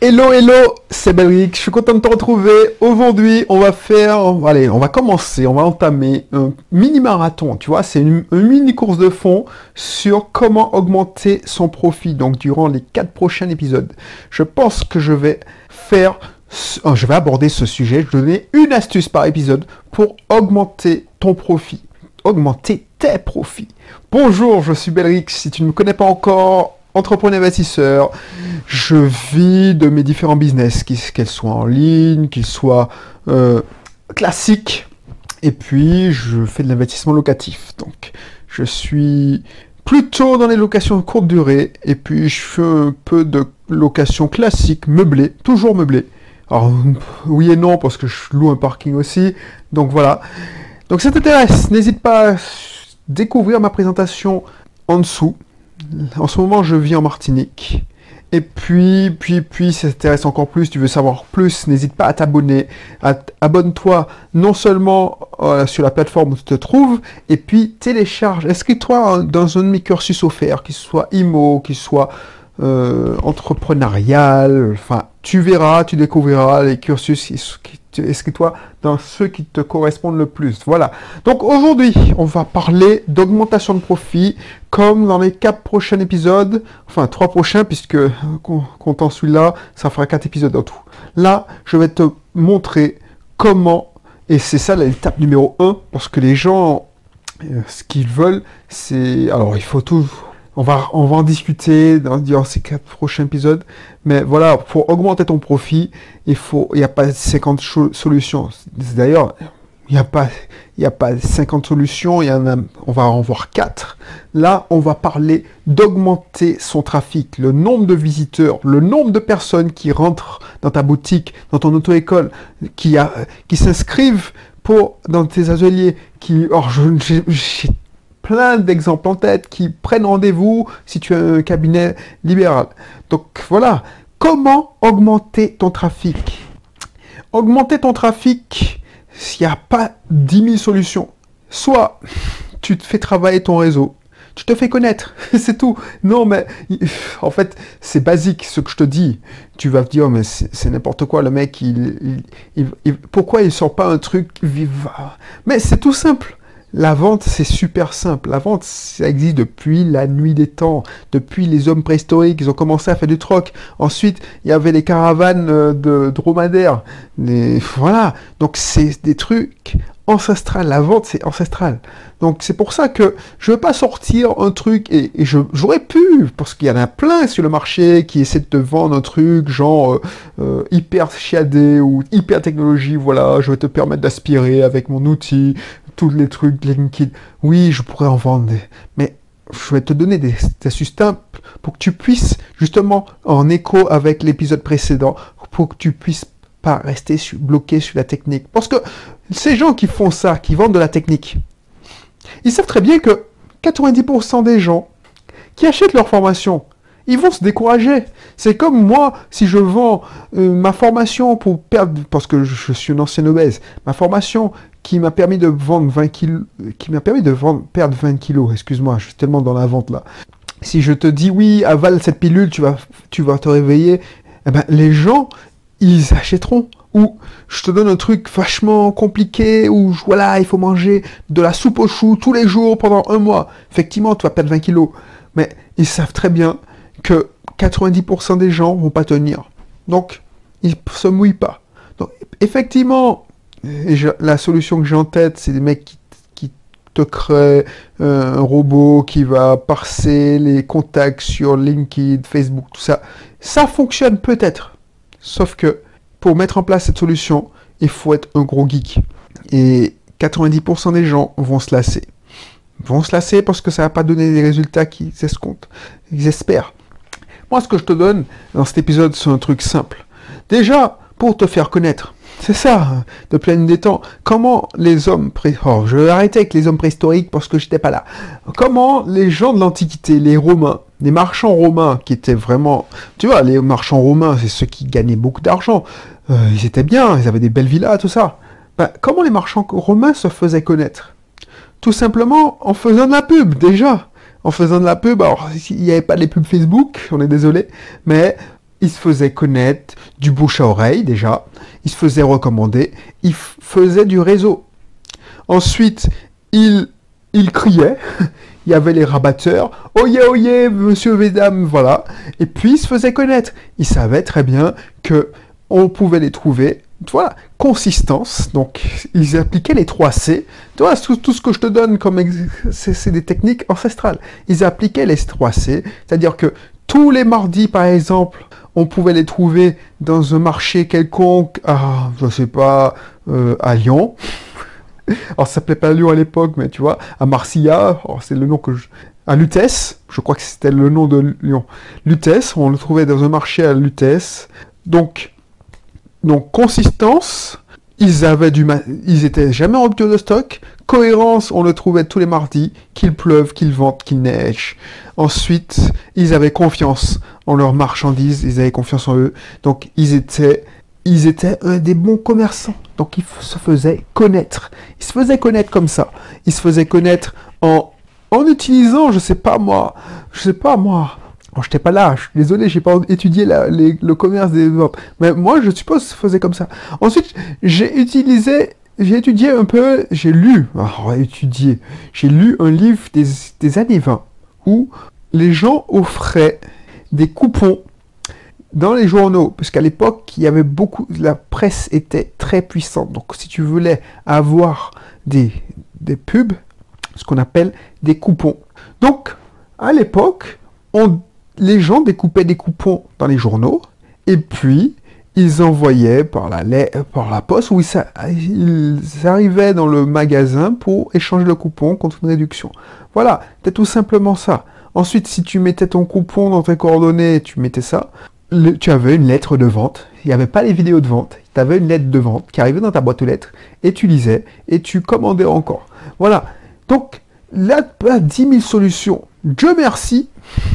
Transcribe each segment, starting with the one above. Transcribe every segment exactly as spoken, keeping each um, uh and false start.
Hello, hello, c'est Belric, je suis content de te retrouver. Aujourd'hui, on va faire, allez, on va commencer, on va entamer un mini-marathon, tu vois, c'est une, une mini-course de fond sur comment augmenter son profit, donc durant les quatre prochains épisodes. Je pense que je vais faire, je vais aborder ce sujet, je vais donner une astuce par épisode pour augmenter ton profit, augmenter tes profits. Bonjour, je suis Belric, si tu ne me connais pas encore, entrepreneur investisseur, je vis de mes différents business, qu'ils soient en ligne, qu'ils soient euh, classiques, et puis je fais de l'investissement locatif. Donc, je suis plutôt dans les locations de courte durée, et puis je fais un peu de location classique, meublée, toujours meublée. Alors, oui et non, parce que je loue un parking aussi, donc voilà. Donc, si ça t'intéresse, n'hésite pas à découvrir ma présentation en dessous. En ce moment, je vis en Martinique. Et puis, puis, puis, si ça t'intéresse encore plus, tu veux savoir plus, n'hésite pas à t'abonner. Abonne-toi non seulement euh, sur la plateforme où tu te trouves, et puis télécharge. Inscris-toi dans un de mes cursus offerts, qu'il soit I M O, qu'il soit euh, entrepreneurial. Enfin, tu verras, tu découvriras les cursus qui inscris-toi dans ceux qui te correspondent le plus. Voilà. Donc aujourd'hui, on va parler d'augmentation de profit, comme dans les quatre prochains épisodes, enfin trois prochains, puisque comptant celui-là, ça fera quatre épisodes en tout. Là, je vais te montrer comment, et c'est ça l'étape numéro un, parce que les gens, ce qu'ils veulent, c'est... Alors, il faut tout... On va, on va en discuter dans, dans ces quatre prochains épisodes. Mais voilà, pour augmenter ton profit, il faut, il n'y a pas cinquante solutions. D'ailleurs, il n'y a pas, il n'y a pas cinquante solutions, il y en a, on va en voir quatre. Là, on va parler d'augmenter son trafic, le nombre de visiteurs, le nombre de personnes qui rentrent dans ta boutique, dans ton auto-école, qui a, qui s'inscrivent pour, dans tes ateliers, qui, or, je, j'ai, j'ai plein d'exemples en tête qui prennent rendez-vous si tu as un cabinet libéral. Donc voilà, comment augmenter ton trafic? Augmenter ton trafic, il n'y a pas dix mille solutions. Soit tu te fais travailler ton réseau, tu te fais connaître, c'est tout. Non, mais en fait, c'est basique ce que je te dis. Tu vas te dire, mais c'est n'importe quoi, le mec, il, il, il, il, pourquoi il sort pas un truc vivant? Mais c'est tout simple. La vente, c'est super simple. La vente, ça existe depuis la nuit des temps, depuis les hommes préhistoriques. Ils ont commencé à faire du troc. Ensuite, il y avait les caravanes de dromadaires. Les... Voilà. Donc, c'est des trucs ancestrales. La vente, c'est ancestral. Donc, c'est pour ça que je ne veux pas sortir un truc, et, et je, j'aurais pu, parce qu'il y en a plein sur le marché qui essaient de te vendre un truc genre euh, euh, hyper chiadé ou hyper technologie. Voilà, je vais te permettre d'aspirer avec mon outil. Tous les trucs, les liquides. Oui, je pourrais en vendre, des... mais je vais te donner des, des astuces simples pour que tu puisses, justement, en écho avec l'épisode précédent, pour que tu puisses pas rester su... bloqué sur la technique. Parce que ces gens qui font ça, qui vendent de la technique, ils savent très bien que quatre-vingt-dix pour cent des gens qui achètent leur formation, ils vont se décourager. C'est comme moi, si je vends euh, ma formation pour perdre, parce que je, je suis une ancienne obèse, ma formation qui m'a permis de vendre vingt kilos, qui m'a permis de vendre, perdre vingt kilos, excuse-moi, je suis tellement dans la vente là. Si je te dis oui, avale cette pilule, tu vas, tu vas te réveiller, eh ben, les gens, ils achèteront. Ou je te donne un truc vachement compliqué, où voilà, il faut manger de la soupe aux choux tous les jours pendant un mois. Effectivement, tu vas perdre vingt kilos. Mais ils savent très bien que quatre-vingt-dix pour cent des gens vont pas tenir. Donc, ils se mouillent pas. Donc, effectivement, et je, la solution que j'ai en tête, c'est des mecs qui, qui te créent euh, un robot qui va parser les contacts sur LinkedIn, Facebook, tout ça. Ça fonctionne peut-être. Sauf que pour mettre en place cette solution, il faut être un gros geek. Et quatre-vingt-dix pour cent des gens vont se lasser. Vont se lasser parce que ça va pas donner les résultats qu'ils escomptent, ils espèrent. Moi, ce que je te donne dans cet épisode, c'est un truc simple. Déjà, pour te faire connaître, c'est ça, de plein des temps. Comment les hommes pré... Oh, je vais arrêter avec les hommes préhistoriques parce que j'étais pas là. Comment les gens de l'Antiquité, les Romains, les marchands romains qui étaient vraiment... Tu vois, les marchands romains, c'est ceux qui gagnaient beaucoup d'argent. Euh, ils étaient bien, ils avaient des belles villas, tout ça. Ben, comment les marchands romains se faisaient connaître? Tout simplement en faisant de la pub, déjà. En faisant de la pub, alors il n'y avait pas les pubs Facebook, on est désolé, mais il se faisait connaître du bouche à oreille déjà, il se faisait recommander, il faisait du réseau. Ensuite, il, il criait, il y avait les rabatteurs, oyez, oyez, monsieur, mesdames, voilà. Et puis, il se faisait connaître. Il savait très bien que on pouvait les trouver. Voilà, consistance. Donc, ils appliquaient les trois C. Tu vois, tout, tout ce que je te donne comme c'est des techniques ancestrales. Ils appliquaient les trois C, c'est-à-dire que tous les mardis, par exemple, on pouvait les trouver dans un marché quelconque, à, je sais pas, euh, à Lyon. Alors, ça s'appelait pas Lyon à l'époque, mais tu vois, à Marcilla, c'est le nom que je... À Lutèce, je crois que c'était le nom de Lyon. Lutèce, on le trouvait dans un marché à Lutèce. Donc, donc consistance, ils avaient du, ma... ils étaient jamais en rupture de stock. Cohérence, on le trouvait tous les mardis, qu'il pleuve, qu'il vente, qu'il neige. Ensuite, ils avaient confiance en leurs marchandises, ils avaient confiance en eux. Donc, ils étaient, ils étaient euh, des bons commerçants. Donc, ils se faisaient connaître. Ils se faisaient connaître comme ça. Ils se faisaient connaître en, en utilisant, je sais pas moi, je sais pas moi. Oh, j'étais pas là, je suis désolé, j'ai pas étudié la, les, le commerce des ventes. Mais moi, je suppose que ça se faisait comme ça. Ensuite, j'ai utilisé, j'ai étudié un peu, j'ai lu, oh, étudié, j'ai lu un livre des, des années vingt où les gens offraient des coupons dans les journaux, parce qu'à l'époque, il y avait beaucoup, la presse était très puissante. Donc, si tu voulais avoir des, des pubs, ce qu'on appelle des coupons. Donc, à l'époque, on, les gens découpaient des coupons dans les journaux, et puis, ils envoyaient par la, par la poste, ou ils, ils arrivaient dans le magasin pour échanger le coupon contre une réduction. Voilà, c'était tout simplement ça. Ensuite, si tu mettais ton coupon dans tes coordonnées, tu mettais ça, le, tu avais une lettre de vente. Il n'y avait pas les vidéos de vente. Tu avais une lettre de vente qui arrivait dans ta boîte aux lettres, et tu lisais, et tu commandais encore. Voilà. Donc, là, dix mille solutions. Dieu merci,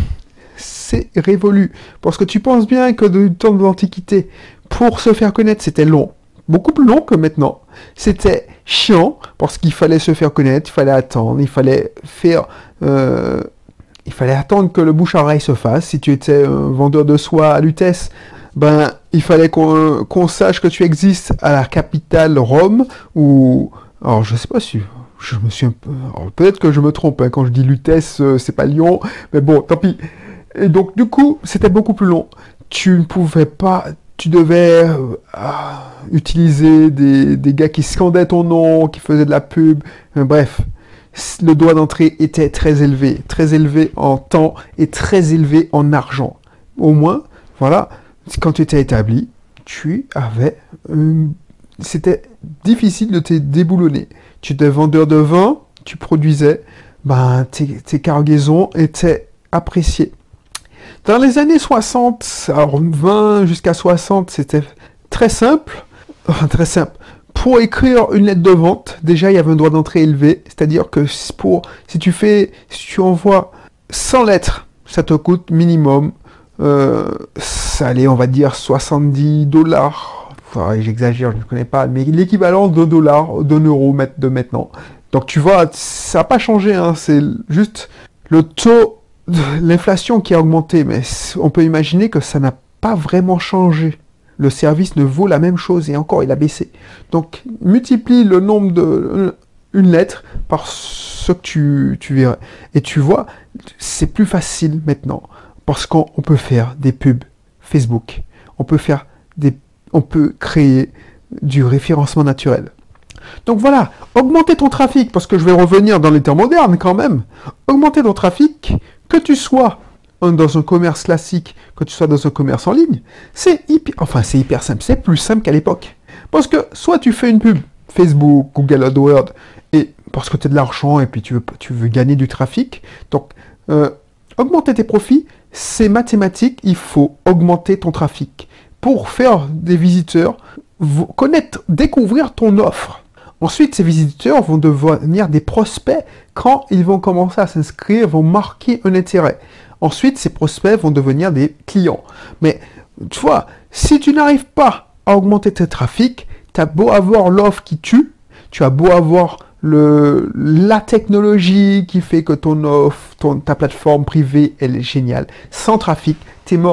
c'est révolu. Parce que tu penses bien que du temps de l'Antiquité, pour se faire connaître, c'était long. Beaucoup plus long que maintenant. C'était chiant, parce qu'il fallait se faire connaître, il fallait attendre, il fallait faire... Euh, il fallait attendre que le bouche à oreille se fasse. Si tu étais un vendeur de soie à Lutèce, ben, il fallait qu'on qu'on sache que tu existes à la capitale Rome, ou... Alors, je sais pas si... Je me suis un peu... Peut-être que je me trompe, hein, quand je dis Lutèce, euh, c'est pas Lyon, mais bon, tant pis. Et donc, du coup, c'était beaucoup plus long. Tu ne pouvais pas... Tu devais euh, ah, utiliser des, des gars qui scandaient ton nom, qui faisaient de la pub, euh, bref. Le droit d'entrée était très élevé, très élevé en temps et très élevé en argent. Au moins, voilà, quand tu étais établi, tu avais... Une... C'était difficile de te déboulonner. Tu étais vendeur de vin, tu produisais, ben, tes, tes cargaisons étaient appréciées. Dans les années soixante, alors vingt jusqu'à soixante, c'était très simple, très simple. Pour écrire une lettre de vente, déjà il y avait un droit d'entrée élevé, c'est-à-dire que pour, si tu fais, si tu envoies cent lettres, ça te coûte minimum, euh, ça allait, on va dire soixante-dix dollars. Enfin, j'exagère, je ne connais pas, mais l'équivalent d'un dollar, d'un euro de maintenant. Donc tu vois, ça n'a pas changé, hein, c'est juste le taux de l'inflation qui a augmenté, mais on peut imaginer que ça n'a pas vraiment changé. Le service ne vaut la même chose, et encore, il a baissé. Donc, multiplie le nombre de une lettre par ce que tu, tu verras. Et tu vois, c'est plus facile maintenant, parce qu'on peut faire des pubs Facebook, on peut faire des, on peut créer du référencement naturel. Donc voilà, augmenter ton trafic, parce que je vais revenir dans les temps modernes quand même. Augmenter ton trafic, que tu sois dans un commerce classique, que tu sois dans un commerce en ligne, c'est hyper, enfin c'est hyper simple, c'est plus simple qu'à l'époque. Parce que soit tu fais une pub, Facebook, Google AdWords, et parce que tu as de l'argent et puis tu veux, tu veux gagner du trafic, donc euh, augmenter tes profits, c'est mathématique, il faut augmenter ton trafic. Pour faire des visiteurs, connaître, découvrir ton offre. Ensuite, ces visiteurs vont devenir des prospects quand ils vont commencer à s'inscrire, vont marquer un intérêt. Ensuite, ces prospects vont devenir des clients. Mais, tu vois, si tu n'arrives pas à augmenter tes trafics, tu as beau avoir l'offre qui tue, tu as beau avoir le, la technologie qui fait que ton offre, ton, ta plateforme privée, elle est géniale. Sans trafic, tu es mort.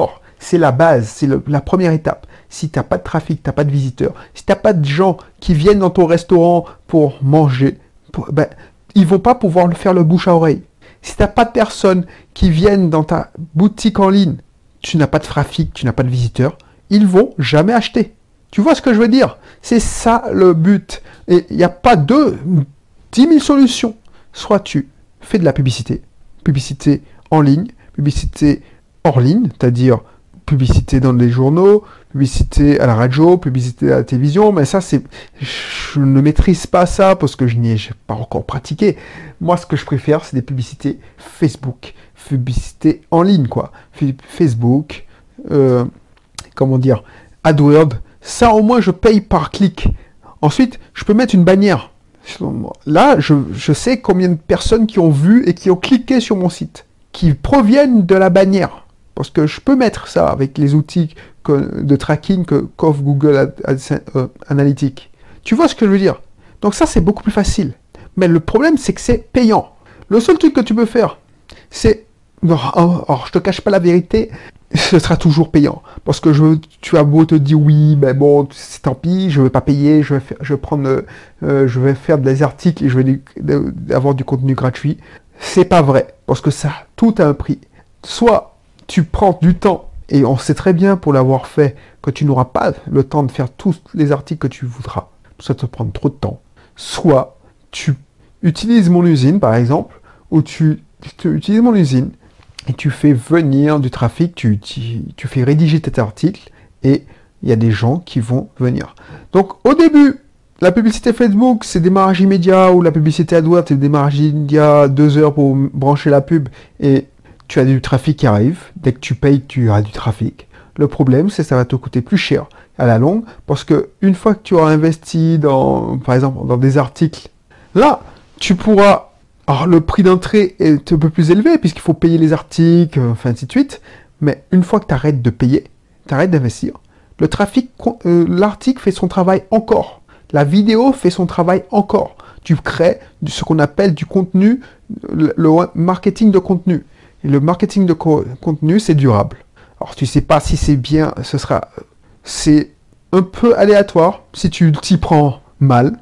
C'est la base, c'est le- la première étape. Si tu n'as pas de trafic, tu n'as pas de visiteurs, si tu n'as pas de gens qui viennent dans ton restaurant pour manger, pour- ben, ils vont pas pouvoir le faire le bouche à oreille. Si tu n'as pas de personnes qui viennent dans ta boutique en ligne, tu n'as pas de trafic, tu n'as pas de visiteurs, ils vont jamais acheter. Tu vois ce que je veux dire? C'est ça le but. Et il n'y a pas de dix mille solutions. Soit tu fais de la publicité, publicité en ligne, publicité hors ligne, c'est-à-dire publicité dans les journaux, publicité à la radio, publicité à la télévision, mais ça, c'est, je ne maîtrise pas ça parce que je n'y ai j'ai pas encore pratiqué. Moi, ce que je préfère, c'est des publicités Facebook, publicité en ligne, quoi. F- Facebook, euh, comment dire, AdWords. Ça, au moins, je paye par clic. Ensuite, je peux mettre une bannière. Là, je, je sais combien de personnes qui ont vu et qui ont cliqué sur mon site, qui proviennent de la bannière. Parce que je peux mettre ça avec les outils que- de tracking que qu'offre Google Ad- Ad- euh, Analytics. Tu vois ce que je veux dire? Donc ça, c'est beaucoup plus facile. Mais le problème, c'est que c'est payant. Le seul truc que tu peux faire, c'est... Non, alors, je te cache pas la vérité, ce sera toujours payant. Parce que je, tu as beau te dire oui, ben bon, c'est tant pis, je ne vais pas payer, je vais, faire, je vais prendre, euh, je vais faire des articles et je vais du- de- avoir du contenu gratuit. C'est pas vrai, parce que ça, tout a un prix. Soit tu prends du temps, et on sait très bien pour l'avoir fait que tu n'auras pas le temps de faire tous les articles que tu voudras. Ça te prend trop de temps. Soit tu utilises mon usine, par exemple, ou tu, tu utilises mon usine et tu fais venir du trafic, tu, tu, tu fais rédiger tes articles et il y a des gens qui vont venir. Donc au début, la publicité Facebook, c'est démarrage immédiat, ou la publicité AdWords, c'est démarrage immédiat, deux heures pour brancher la pub et tu as du trafic qui arrive. Dès que tu payes, tu as du trafic. Le problème, c'est que ça va te coûter plus cher à la longue, parce que une fois que tu auras investi dans, par exemple, dans des articles, là, tu pourras. Alors, le prix d'entrée est un peu plus élevé, puisqu'il faut payer les articles, enfin, ainsi de suite. Mais une fois que tu arrêtes de payer, tu arrêtes d'investir, le trafic, euh, l'article fait son travail encore. La vidéo fait son travail encore. Tu crées ce qu'on appelle du contenu, le, le marketing de contenu. Et le marketing de co- contenu, c'est durable. Alors, tu sais pas si c'est bien, ce sera, c'est un peu aléatoire si tu t'y prends mal.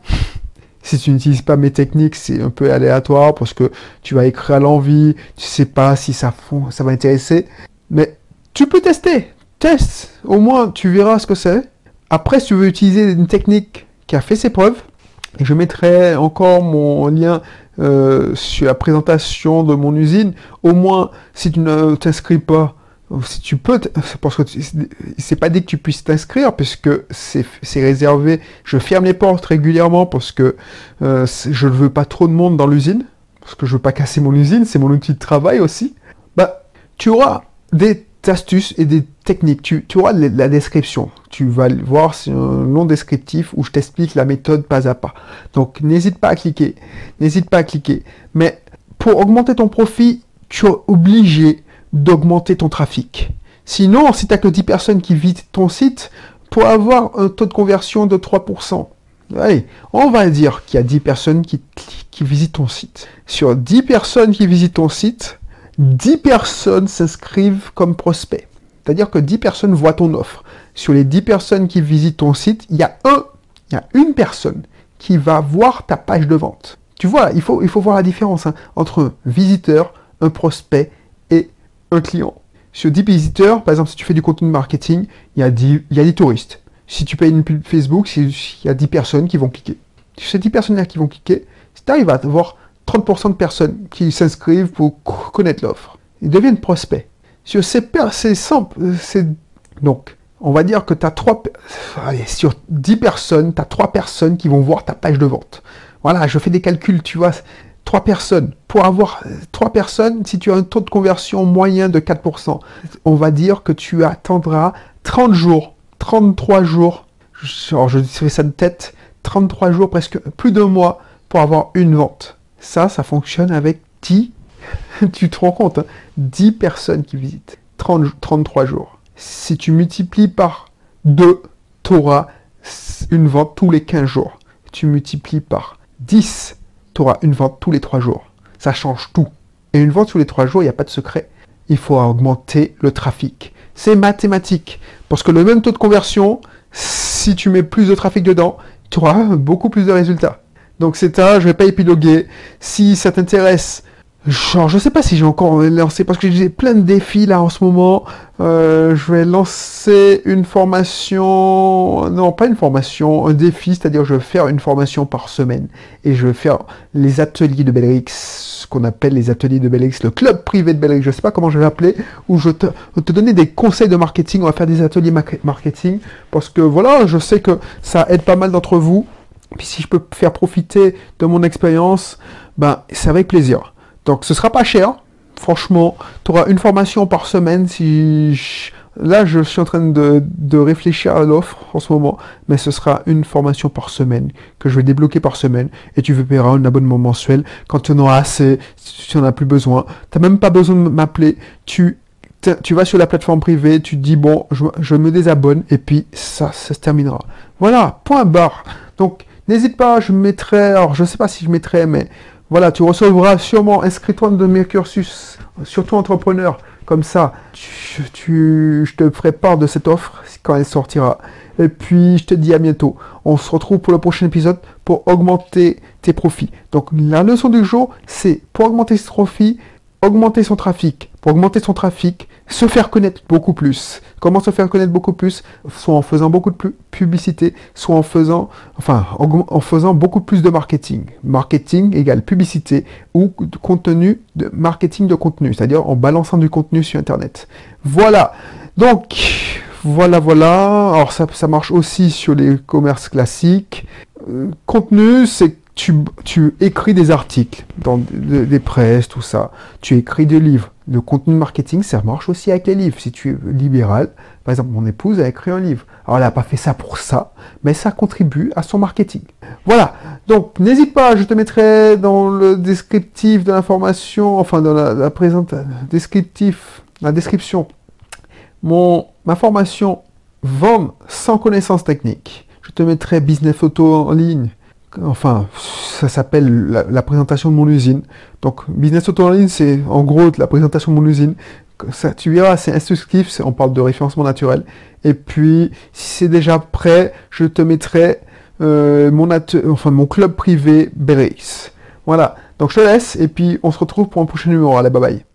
Si tu n'utilises pas mes techniques, c'est un peu aléatoire parce que tu vas écrire à l'envie, tu sais pas si ça, fond, ça va intéresser. Mais tu peux tester. Teste. Au moins, tu verras ce que c'est. Après, si tu veux utiliser une technique qui a fait ses preuves, et je mettrai encore mon lien euh, sur la présentation de mon usine. Au moins, si tu ne t'inscris pas, si tu peux, parce que c'est pas dit que tu puisses t'inscrire, puisque c'est réservé. Je ferme les portes régulièrement parce que euh, je ne veux pas trop de monde dans l'usine, parce que je veux pas casser mon usine, c'est mon outil de travail aussi. Bah, tu auras des astuces et des techniques. Tu, tu auras la description. Tu vas voir, c'est un long descriptif où je t'explique la méthode pas à pas. Donc, n'hésite pas à cliquer. N'hésite pas à cliquer. Mais pour augmenter ton profit, tu es obligé d'augmenter ton trafic. Sinon, si tu n'as que dix personnes qui visitent ton site, pour avoir un taux de conversion de trois pour cent, allez, on va dire qu'il y a dix personnes qui, qui visitent ton site. Sur dix personnes qui visitent ton site, dix personnes s'inscrivent comme prospects. C'est-à-dire que dix personnes voient ton offre. Sur les dix personnes qui visitent ton site, il y a un, il y a une personne qui va voir ta page de vente. Tu vois, il faut, il faut voir la différence hein, entre un visiteur, un prospect et un client. Sur dix visiteurs, par exemple, si tu fais du contenu marketing, il y a dix, il y a dix touristes. Si tu payes une pub Facebook, il y a dix personnes qui vont cliquer. Sur ces dix personnes-là qui vont cliquer, si tu arrives à avoir trente pour cent de personnes qui s'inscrivent pour connaître l'offre, ils deviennent prospects. Sur ces, c'est simple, c'est donc, on va dire que tu as trois, allez, sur dix personnes, tu as trois personnes qui vont voir ta page de vente. Voilà, je fais des calculs, tu vois, trois personnes. Pour avoir trois personnes, si tu as un taux de conversion moyen de quatre pour cent, on va dire que tu attendras trente jours, trente-trois jours, genre je fais ça de tête, trente-trois jours, presque plus d'un mois pour avoir une vente. Ça, ça fonctionne avec dix, tu te rends compte, hein, dix personnes qui visitent, trente, trente-trois jours. Si tu multiplies par deux, tu auras une vente tous les quinze jours. Tu multiplies par dix, tu auras une vente tous les trois jours. Ça change tout. Et une vente tous les trois jours, il n'y a pas de secret. Il faut augmenter le trafic. C'est mathématique. Parce que le même taux de conversion, si tu mets plus de trafic dedans, tu auras beaucoup plus de résultats. Donc c'est ça, je vais pas épiloguer. Si ça t'intéresse, genre je sais pas si j'ai encore lancé, parce que j'ai plein de défis là en ce moment. Euh, je vais lancer une formation, non pas une formation, un défi, c'est-à-dire je vais faire une formation par semaine. Et je vais faire les ateliers de Bellrix, ce qu'on appelle les ateliers de Bellrix, le club privé de Bellrix, je sais pas comment je vais l'appeler, où je te, je te donner des conseils de marketing, on va faire des ateliers marketing, parce que voilà, je sais que ça aide pas mal d'entre vous. Puis si je peux faire profiter de mon expérience, ben c'est avec plaisir. Donc ce sera pas cher, franchement. Tu auras une formation par semaine. Si je... Là, je suis en train de, de réfléchir à l'offre en ce moment, mais ce sera une formation par semaine que je vais débloquer par semaine. Et tu paieras un abonnement mensuel quand tu en auras assez, si tu n'en as plus besoin. Tu n'as même pas besoin de m'appeler. Tu Tu vas sur la plateforme privée, tu te dis bon, je, je me désabonne et puis ça, ça se terminera. Voilà, point barre. Donc n'hésite pas, je mettrai, alors je sais pas si je mettrai, mais voilà, tu recevras sûrement, inscris-toi dans mes cursus, surtout entrepreneur, comme ça, tu, tu, je te ferai part de cette offre quand elle sortira. Et puis je te dis à bientôt. On se retrouve pour le prochain épisode pour augmenter tes profits. Donc la leçon du jour, c'est pour augmenter ses profits, augmenter son trafic. Pour augmenter son trafic, se faire connaître beaucoup plus. Comment se faire connaître beaucoup plus? Soit en faisant beaucoup de publicité, soit en faisant, enfin, en faisant beaucoup plus de marketing. Marketing égale publicité ou contenu de marketing de contenu, c'est-à-dire en balançant du contenu sur Internet. Voilà. Donc, voilà, voilà. Alors ça, ça marche aussi sur les commerces classiques. Euh, contenu, c'est Tu, tu écris des articles dans des, des presses, tout ça. Tu écris des livres. Le contenu marketing, ça marche aussi avec les livres. Si tu es libéral, par exemple, mon épouse a écrit un livre. Alors, elle n'a pas fait ça pour ça, mais ça contribue à son marketing. Voilà. Donc, n'hésite pas, je te mettrai dans le descriptif de l'information, enfin, dans la, la présentation, descriptif, la description, mon, ma formation Vendre sans connaissance technique. Je te mettrai business photo en ligne. Enfin, ça s'appelle la, la présentation de mon usine. Donc, business auto en ligne, c'est en gros la présentation de mon usine. Ça, tu verras, c'est instructif, on parle de référencement naturel. Et puis, si c'est déjà prêt, je te mettrai euh, mon, enfin, mon club privé Bellrix. Voilà, donc je te laisse et puis on se retrouve pour un prochain numéro. Allez, bye bye.